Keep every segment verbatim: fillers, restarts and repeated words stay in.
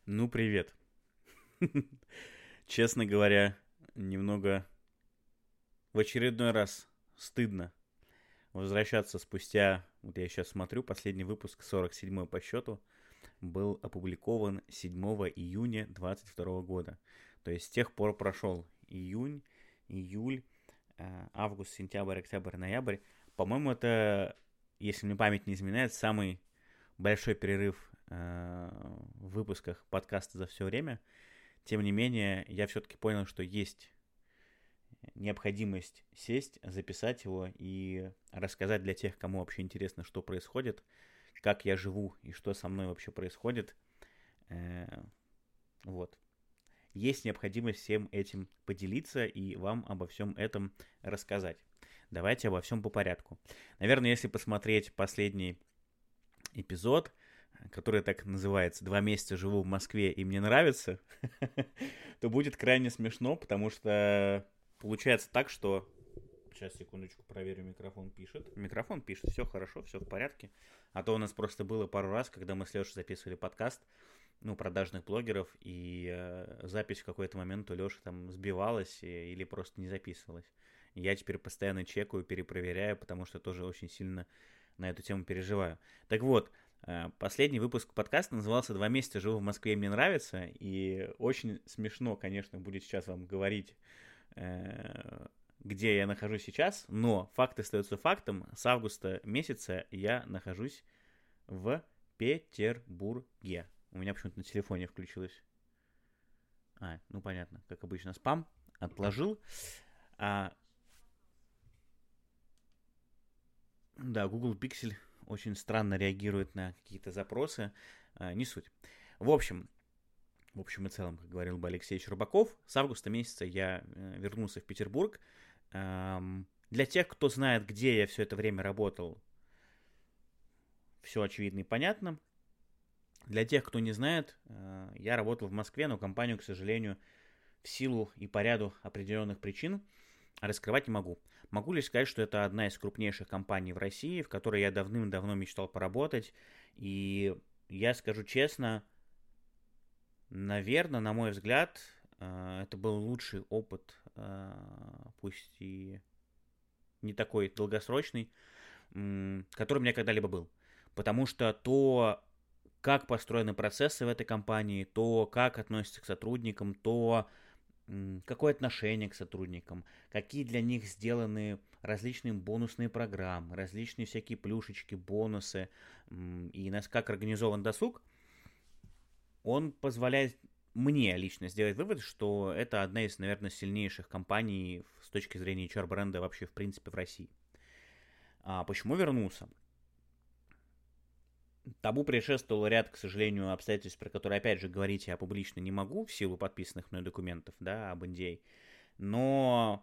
Ну, привет. Честно говоря, немного в очередной раз стыдно возвращаться спустя, вот я сейчас смотрю, последний выпуск, сорок седьмой по счету, был опубликован седьмого июня двадцать второго года. То есть с тех пор прошел июнь, июль, э, август, сентябрь, октябрь, ноябрь. По-моему, это, если мне память не изменяет, самый большой перерыв э, в выпусках подкаста за все время. Тем не менее, я все-таки понял, что есть необходимость сесть, записать его и рассказать для тех, кому вообще интересно, что происходит, как я живу и что со мной вообще происходит. Э, Вот. Есть необходимость всем этим поделиться и вам обо всем этом рассказать. Давайте обо всем по порядку. Наверное, если посмотреть последний эпизод, который так называется «Два месяца живу в Москве и мне нравится», то будет крайне смешно, потому что получается так, что... Сейчас, секундочку, проверю, микрофон пишет. Микрофон пишет, все хорошо, все в порядке. А то у нас просто было пару раз, когда мы с Лешей записывали подкаст, ну, продажных блогеров, и э, запись в какой-то момент у Леши там сбивалась и, или просто не записывалась. Я теперь постоянно чекаю, перепроверяю, потому что тоже очень сильно на эту тему переживаю. Так вот, последний выпуск подкаста назывался «Два месяца живу в Москве, мне нравится», и очень смешно, конечно, будет сейчас вам говорить, где я нахожусь сейчас, но факт остается фактом. С августа месяца я нахожусь в Петербурге. У меня почему-то на телефоне включилось. А, ну понятно, как обычно, спам. Отложил. А, да, Google Pixel очень странно реагирует на какие-то запросы. А, не суть. В общем, в общем и целом, как говорил бы Алексей Щербаков, с августа месяца я э, вернулся в Петербург. Эм, для тех, кто знает, где я все это время работал, все очевидно и понятно. Для тех, кто не знает, э, я работал в Москве, но компанию, к сожалению, в силу и по ряду определенных причин раскрывать не могу. Могу лишь сказать, что это одна из крупнейших компаний в России, в которой я давным-давно мечтал поработать. И я скажу честно, наверное, на мой взгляд, это был лучший опыт, пусть и не такой долгосрочный, который у меня когда-либо был. Потому что то, как построены процессы в этой компании, то, как относятся к сотрудникам, то, какое отношение к сотрудникам, какие для них сделаны различные бонусные программы, различные всякие плюшечки, бонусы, и нас как организован досуг, он позволяет мне лично сделать вывод, что это одна из, наверное, сильнейших компаний с точки зрения эйч ар-бренда вообще в принципе в России. А почему вернулся? Тому предшествовал ряд, к сожалению, обстоятельств, про которые, опять же, говорить я публично не могу в силу подписанных мной документов, да, об эн ди эй. Но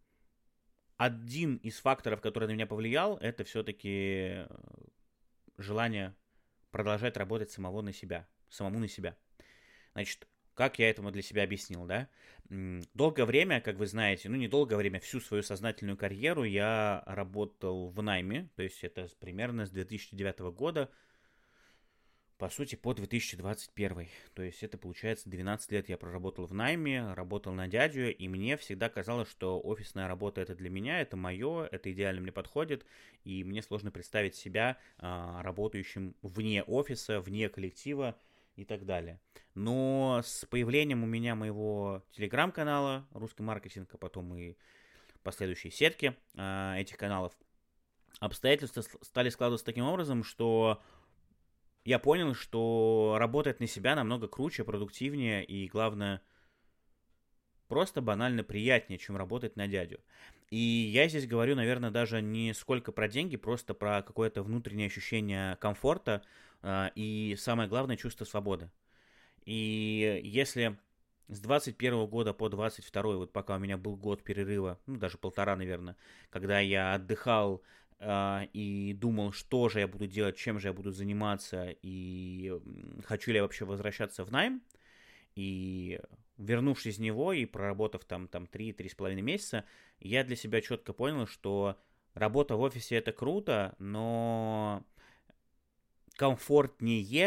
один из факторов, который на меня повлиял, это все-таки желание продолжать работать самого на себя, самому на себя. Значит, как я этому для себя объяснил, да? Долгое время, как вы знаете, ну не долгое время, всю свою сознательную карьеру я работал в найме, то есть это примерно с две тысячи девятого года, по сути, по две тысячи двадцать первый. То есть это, получается, двенадцать лет я проработал в найме, работал на дядю, и мне всегда казалось, что офисная работа это для меня, это мое, это идеально мне подходит, и мне сложно представить себя а, работающим вне офиса, вне коллектива и так далее. Но с появлением у меня моего телеграм-канала «Русский маркетинг», а потом и последующие сетки а, этих каналов, обстоятельства стали складываться таким образом, что я понял, что работать на себя намного круче, продуктивнее и, главное, просто банально приятнее, чем работать на дядю. И я здесь говорю, наверное, даже не сколько про деньги, просто про какое-то внутреннее ощущение комфорта э, и, самое главное, чувство свободы. И если с двадцать первого года по двадцать второй, вот пока у меня был год перерыва, ну, даже полтора, наверное, когда я отдыхал и думал, что же я буду делать, чем же я буду заниматься, и хочу ли я вообще возвращаться в найм, и вернувшись из него и проработав там, там три-три с половиной месяца, я для себя четко понял, что работа в офисе это круто, но комфортнее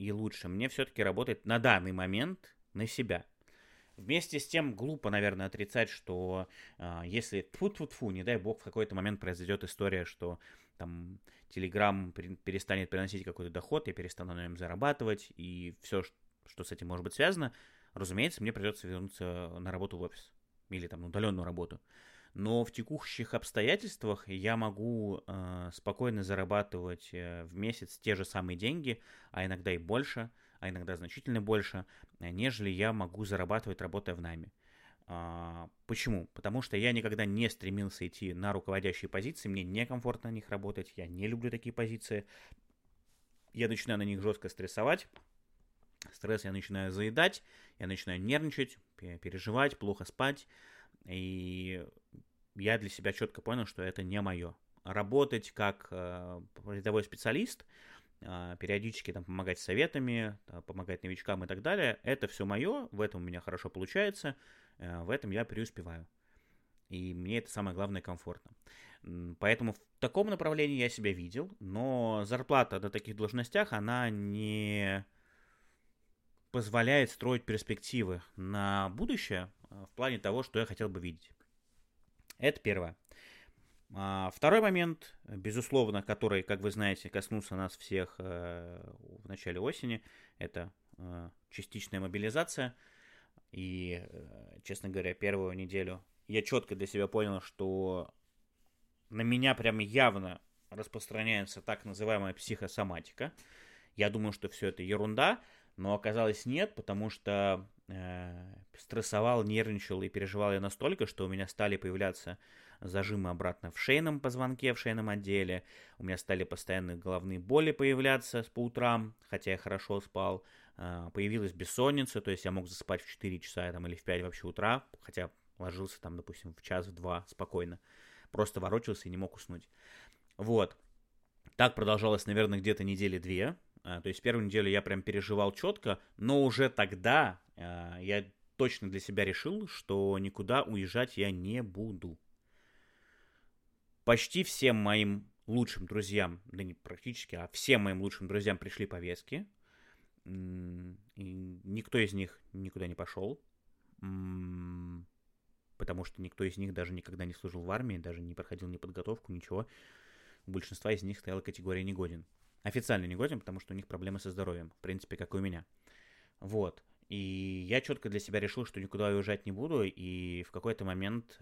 и лучше мне все-таки работать на данный момент на себя. Вместе с тем глупо, наверное, отрицать, что э, если тьфу-тьфу-тьфу, не дай бог, в какой-то момент произойдет история, что там Telegram перестанет приносить какой-то доход, я перестану на нем зарабатывать, и все, что с этим может быть связано, разумеется, мне придется вернуться на работу в офис или там на удаленную работу. Но в текущих обстоятельствах я могу э, спокойно зарабатывать э, в месяц те же самые деньги, а иногда и больше, а иногда значительно больше, нежели я могу зарабатывать, работая в найме. А, почему? Потому что я никогда не стремился идти на руководящие позиции, мне некомфортно на них работать, я не люблю такие позиции. Я начинаю на них жестко стрессовать, стресс я начинаю заедать, я начинаю нервничать, переживать, плохо спать, и я для себя четко понял, что это не мое. Работать как э, рядовой специалист, э, периодически там помогать советами, э, помогать новичкам и так далее, это все мое, в этом у меня хорошо получается, э, в этом я преуспеваю. И мне это самое главное комфортно. Поэтому в таком направлении я себя видел, но зарплата на таких должностях, она не позволяет строить перспективы на будущее в плане того, что я хотел бы видеть. Это первое. А, второй момент, безусловно, который, как вы знаете, коснулся нас всех э, в начале осени, это э, частичная мобилизация. И, э, честно говоря, первую неделю я четко для себя понял, что на меня прям явно распространяется так называемая психосоматика. Я думаю, что все это ерунда, но оказалось нет, потому что э, стрессовал, нервничал и переживал я настолько, что у меня стали появляться зажимы обратно в шейном позвонке, в шейном отделе. У меня стали постоянные головные боли появляться по утрам, хотя я хорошо спал. Э, появилась бессонница, то есть я мог заспать в четыре часа там, или в пять вообще утра, хотя ложился там, допустим, в час, в два спокойно. Просто ворочался и не мог уснуть. Вот. Так продолжалось, наверное, где-то недели две. То есть первую неделю я прям переживал четко, но уже тогда э, я точно для себя решил, что никуда уезжать я не буду. Почти всем моим лучшим друзьям, да не практически, а всем моим лучшим друзьям пришли повестки. И никто из них никуда не пошел, потому что никто из них даже никогда не служил в армии, даже не проходил ни подготовку, ничего. У большинства из них стояла категория негоден. Официально негоден, потому что у них проблемы со здоровьем, в принципе, как и у меня. Вот. И я четко для себя решил, что никуда уезжать не буду, и в какой-то момент,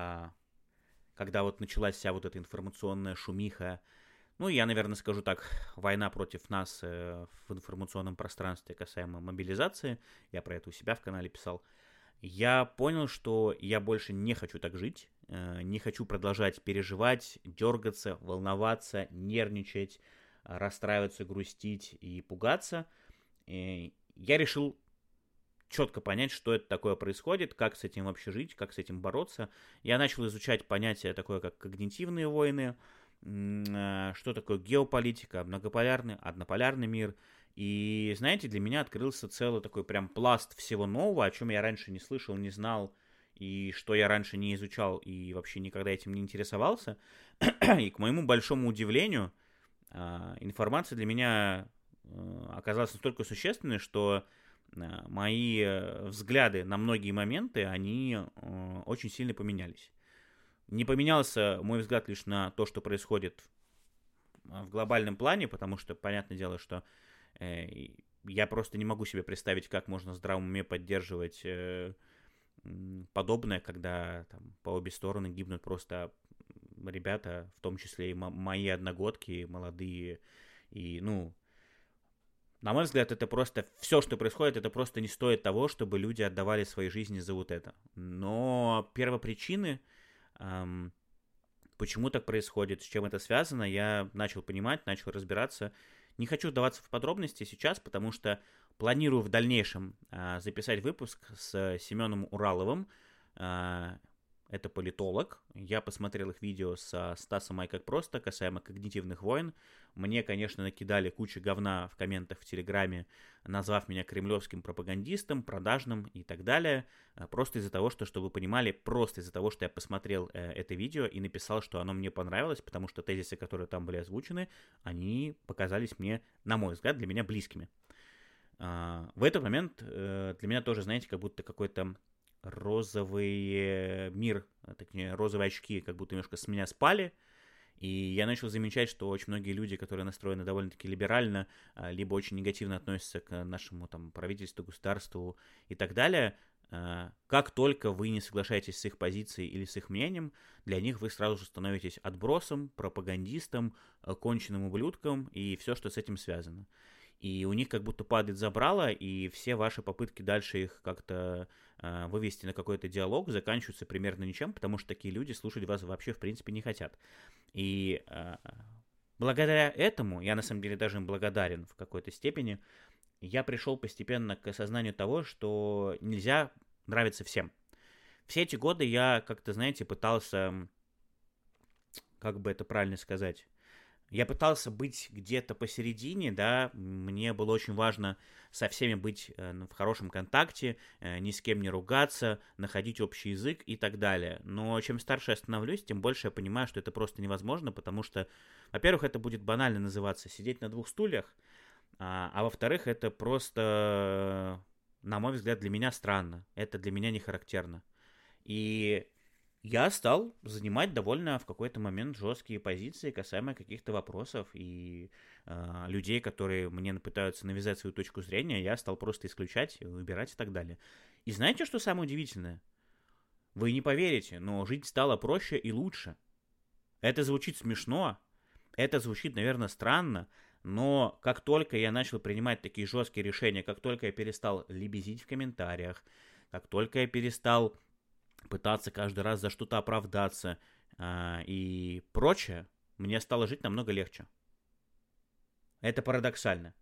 когда вот началась вся вот эта информационная шумиха, ну, я, наверное, скажу так, война против нас в информационном пространстве касаемо мобилизации, я про это у себя в канале писал, я понял, что я больше не хочу так жить, не хочу продолжать переживать, дергаться, волноваться, нервничать, расстраиваться, грустить и пугаться. И я решил четко понять, что это такое происходит, как с этим вообще жить, как с этим бороться. Я начал изучать понятие такое, как когнитивные войны, что такое геополитика, многополярный, однополярный мир. И, знаете, для меня открылся целый такой прям пласт всего нового, о чем я раньше не слышал, не знал, и что я раньше не изучал и вообще никогда этим не интересовался. И, к моему большому удивлению, информация для меня оказалась настолько существенной, что мои взгляды на многие моменты, они очень сильно поменялись. Не поменялся мой взгляд лишь на то, что происходит в глобальном плане, потому что, понятное дело, что я просто не могу себе представить, как можно в здравом уме поддерживать подобное, когда там, по обе стороны гибнут просто ребята, в том числе и мои одногодки, молодые, и, ну, на мой взгляд, это просто, все, что происходит, это просто не стоит того, чтобы люди отдавали свои жизни за вот это. Но первопричины, эм, почему так происходит, с чем это связано, я начал понимать, начал разбираться. Не хочу вдаваться в подробности сейчас, потому что планирую в дальнейшем э, записать выпуск с Семеном Ураловым. Э, это политолог. Я посмотрел их видео со Стасом Ай Как Просто касаемо когнитивных войн. Мне, конечно, накидали кучу говна в комментах в Телеграме, назвав меня кремлевским пропагандистом, продажным и так далее. Просто из-за того, что, чтобы вы понимали, просто из-за того, что я посмотрел э, это видео и написал, что оно мне понравилось, потому что тезисы, которые там были озвучены, они показались мне, на мой взгляд, для меня близкими. А, в этот момент э, для меня тоже, знаете, как будто какой-то розовый мир, а, точнее, розовые очки как будто немножко с меня спали, и я начал замечать, что очень многие люди, которые настроены довольно-таки либерально, а, либо очень негативно относятся к нашему там правительству, государству и так далее, а, как только вы не соглашаетесь с их позицией или с их мнением, для них вы сразу же становитесь отбросом, пропагандистом, а, конченным ублюдком и все, что с этим связано. И у них как будто падает забрало, и все ваши попытки дальше их как-то э, вывести на какой-то диалог заканчиваются примерно ничем, потому что такие люди слушать вас вообще в принципе не хотят. И э, благодаря этому, я на самом деле даже им благодарен в какой-то степени, я пришел постепенно к осознанию того, что нельзя нравиться всем. Все эти годы я как-то, знаете, пытался, как бы это правильно сказать, я пытался быть где-то посередине, да, мне было очень важно со всеми быть э, в хорошем контакте, э, ни с кем не ругаться, находить общий язык и так далее. Но чем старше я становлюсь, тем больше я понимаю, что это просто невозможно, потому что, во-первых, это будет банально называться сидеть на двух стульях, а, а во-вторых, это просто, на мой взгляд, для меня странно, это для меня не характерно. И я стал занимать довольно в какой-то момент жесткие позиции касаемо каких-то вопросов, и э, людей, которые мне пытаются навязать свою точку зрения, я стал просто исключать, выбирать и так далее. И знаете, что самое удивительное? Вы не поверите, но жить стало проще и лучше. Это звучит смешно, это звучит, наверное, странно, но как только я начал принимать такие жесткие решения, как только я перестал лебезить в комментариях, как только я перестал пытаться каждый раз за что-то оправдаться а, и прочее, мне стало жить намного легче. Это парадоксально.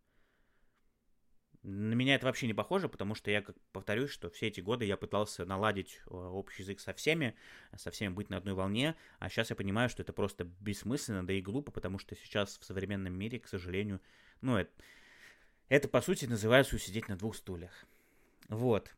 На меня это вообще не похоже, потому что я, как повторюсь, что все эти годы я пытался наладить общий язык со всеми, со всеми быть на одной волне, а сейчас я понимаю, что это просто бессмысленно, да и глупо, потому что сейчас в современном мире, к сожалению, ну, это, это по сути называется сидеть на двух стульях. Вот.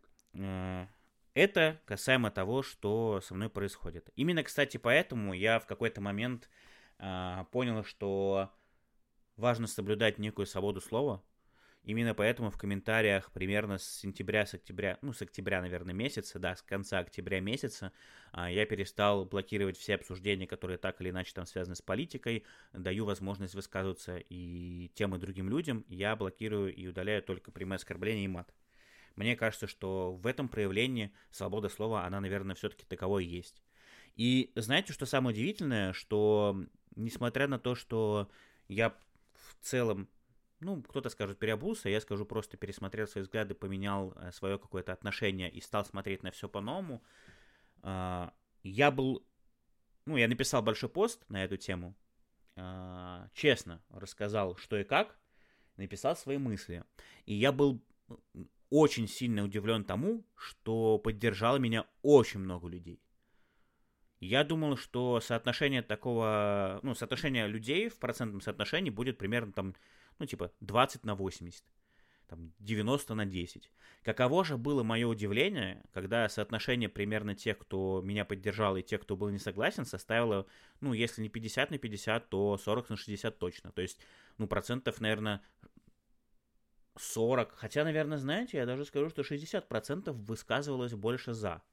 Это касаемо того, что со мной происходит. Именно, кстати, поэтому я в какой-то момент э, понял, что важно соблюдать некую свободу слова. Именно поэтому в комментариях примерно с сентября, с октября, ну, с октября, наверное, месяца, да, с конца октября месяца э, я перестал блокировать все обсуждения, которые так или иначе там связаны с политикой, даю возможность высказываться и тем, и другим людям. Я блокирую и удаляю только прямые оскорбления и мат. Мне кажется, что в этом проявлении свобода слова, она, наверное, все-таки таковой есть. И знаете, что самое удивительное, что несмотря на то, что я в целом, ну, кто-то скажет переобулся, я скажу просто пересмотрел свои взгляды, поменял свое какое-то отношение и стал смотреть на все по-новому, я был, ну, я написал большой пост на эту тему, честно рассказал, что и как, написал свои мысли. И я был очень сильно удивлен тому, что поддержало меня очень много людей. Я думал, что соотношение такого, ну, соотношение людей в процентном соотношении будет примерно там, ну, типа двадцать на восемьдесят, там девяносто на десять. Каково же было мое удивление, когда соотношение примерно тех, кто меня поддержал, и тех, кто был не согласен, составило, ну, если не пятьдесят на пятьдесят, то сорок на шестьдесят точно. То есть, ну, процентов, наверное, сорок, хотя, наверное, знаете, я даже скажу, что шестьдесят процентов высказывалось больше за.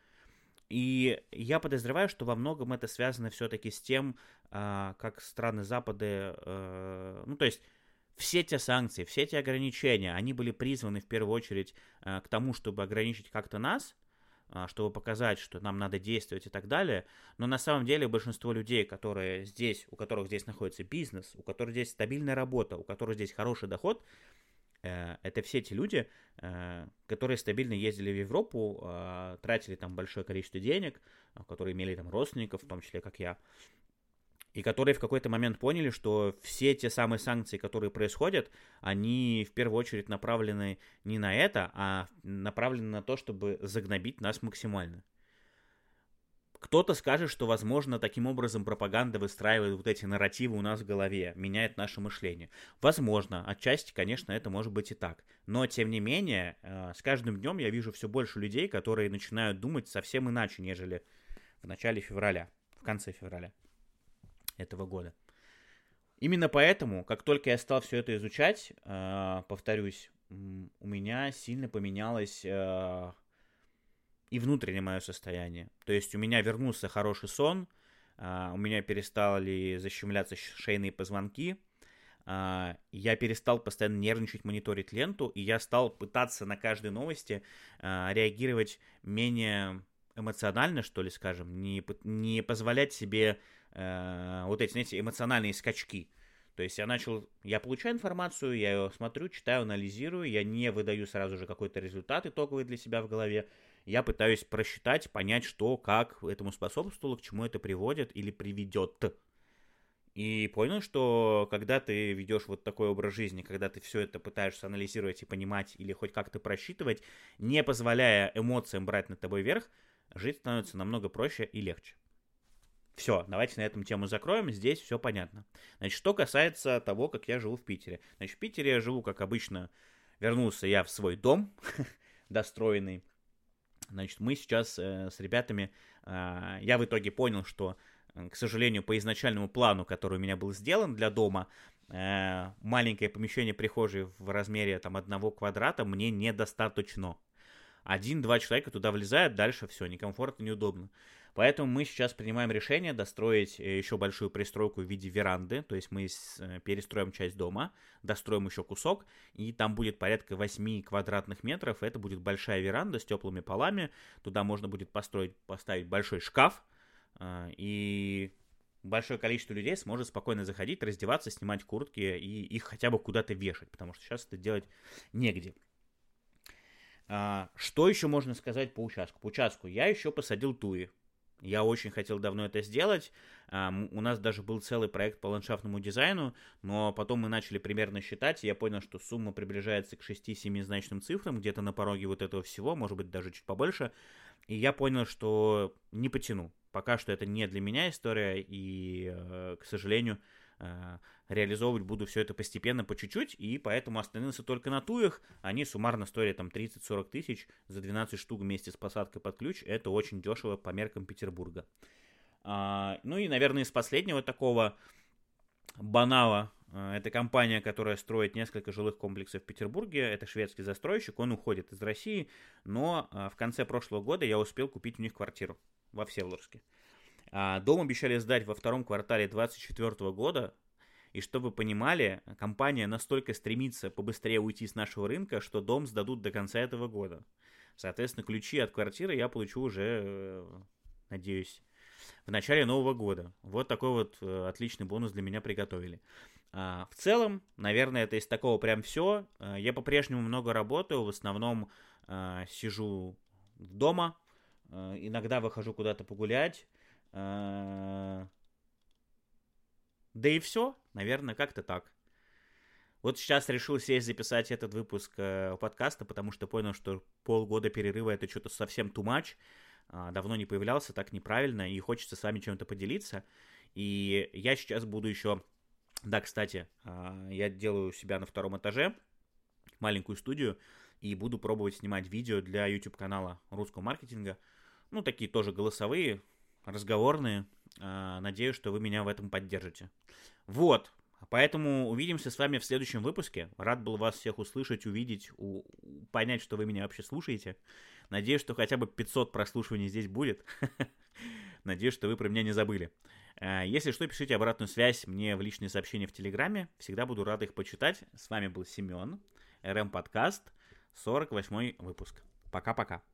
И я подозреваю, что во многом это связано все-таки с тем, как страны Запада, ну, то есть все те санкции, все те ограничения, они были призваны в первую очередь к тому, чтобы ограничить как-то нас, чтобы показать, что нам надо действовать и так далее, но на самом деле большинство людей, которые здесь, у которых здесь находится бизнес, у которых здесь стабильная работа, у которых здесь хороший доход, это все те люди, которые стабильно ездили в Европу, тратили там большое количество денег, которые имели там родственников, в том числе как я, и которые в какой-то момент поняли, что все те самые санкции, которые происходят, они в первую очередь направлены не на это, а направлены на то, чтобы загнобить нас максимально. Кто-то скажет, что, возможно, таким образом пропаганда выстраивает вот эти нарративы у нас в голове, меняет наше мышление. Возможно, отчасти, конечно, это может быть и так. Но, тем не менее, с каждым днем я вижу все больше людей, которые начинают думать совсем иначе, нежели в начале февраля, в конце февраля этого года. Именно поэтому, как только я стал все это изучать, повторюсь, у меня сильно поменялось э, и внутреннее мое состояние. То есть у меня вернулся хороший сон, э, у меня перестали защемляться шейные позвонки, э, я перестал постоянно нервничать, мониторить ленту, и я стал пытаться на каждой новости э, реагировать менее эмоционально, что ли, скажем, не, не позволять себе э, вот эти, знаете, эмоциональные скачки. То есть я начал, я получаю информацию, я ее смотрю, читаю, анализирую, я не выдаю сразу же какой-то результат итоговый для себя в голове, я пытаюсь просчитать, понять, что, как этому способствовало, к чему это приводит или приведет. И понял, что когда ты ведешь вот такой образ жизни, когда ты все это пытаешься анализировать и понимать, или хоть как-то просчитывать, не позволяя эмоциям брать над тобой верх, жить становится намного проще и легче. Все, давайте на этом тему закроем, здесь все понятно. Значит, что касается того, как я живу в Питере. Значит, в Питере я живу, как обычно, вернулся я в свой дом, достроенный. Значит, мы сейчас э, с ребятами, э, я в итоге понял, что, э, к сожалению, по изначальному плану, который у меня был сделан для дома, э, маленькое помещение прихожей в размере там одного квадрата мне недостаточно. Один-два человека туда влезают, дальше все, некомфортно, неудобно. Поэтому мы сейчас принимаем решение достроить еще большую пристройку в виде веранды, то есть мы перестроим часть дома, достроим еще кусок, и там будет порядка восемь квадратных метров, это будет большая веранда с теплыми полами, туда можно будет построить, поставить большой шкаф, и большое количество людей сможет спокойно заходить, раздеваться, снимать куртки и их хотя бы куда-то вешать, потому что сейчас это делать негде. Что еще можно сказать по участку? По участку я еще посадил туи. Я очень хотел давно это сделать. У нас даже был целый проект по ландшафтному дизайну, но потом мы начали примерно считать, и я понял, что сумма приближается к шести-семизначным цифрам, где-то на пороге вот этого всего, может быть, даже чуть побольше. И я понял, что не потяну. Пока что это не для меня история, и, к сожалению, реализовывать буду все это постепенно, по чуть-чуть, и поэтому остановился только на туях. Они суммарно стоили там тридцать-сорок тысяч за двенадцать штук вместе с посадкой под ключ. Это очень дешево по меркам Петербурга. А, ну и, наверное, из последнего такого банала, это компания, которая строит несколько жилых комплексов в Петербурге. Это шведский застройщик, он уходит из России, но в конце прошлого года я успел купить у них квартиру во Всеволожске. Дом обещали сдать во втором квартале двадцать четвёртого года, и чтобы вы понимали, компания настолько стремится побыстрее уйти с нашего рынка, что дом сдадут до конца этого года. Соответственно, ключи от квартиры я получу уже, надеюсь, в начале нового года. Вот такой вот отличный бонус для меня приготовили. В целом, наверное, это из такого прям все. Я по-прежнему много работаю, в основном сижу дома, иногда выхожу куда-то погулять. Да и все, наверное, как-то так. Вот сейчас решил сесть записать этот выпуск э, подкаста, потому что понял, что полгода перерыва это что-то совсем too much. Э, давно не появлялся, так неправильно, и хочется с вами чем-то поделиться. И я сейчас буду еще... Да, кстати, э, я делаю у себя на втором этаже маленькую студию, и буду пробовать снимать видео для YouTube-канала русского маркетинга. Ну, такие тоже голосовые, разговорные. Надеюсь, что вы меня в этом поддержите. Вот. Поэтому увидимся с вами в следующем выпуске. Рад был вас всех услышать, увидеть, у... понять, что вы меня вообще слушаете. Надеюсь, что хотя бы пятьсот прослушиваний здесь будет. Надеюсь, что вы про меня не забыли. Если что, пишите обратную связь мне в личные сообщения в Телеграме. Всегда буду рад их почитать. С вами был Семен, эр эм Подкаст, сорок восьмой выпуск. Пока-пока.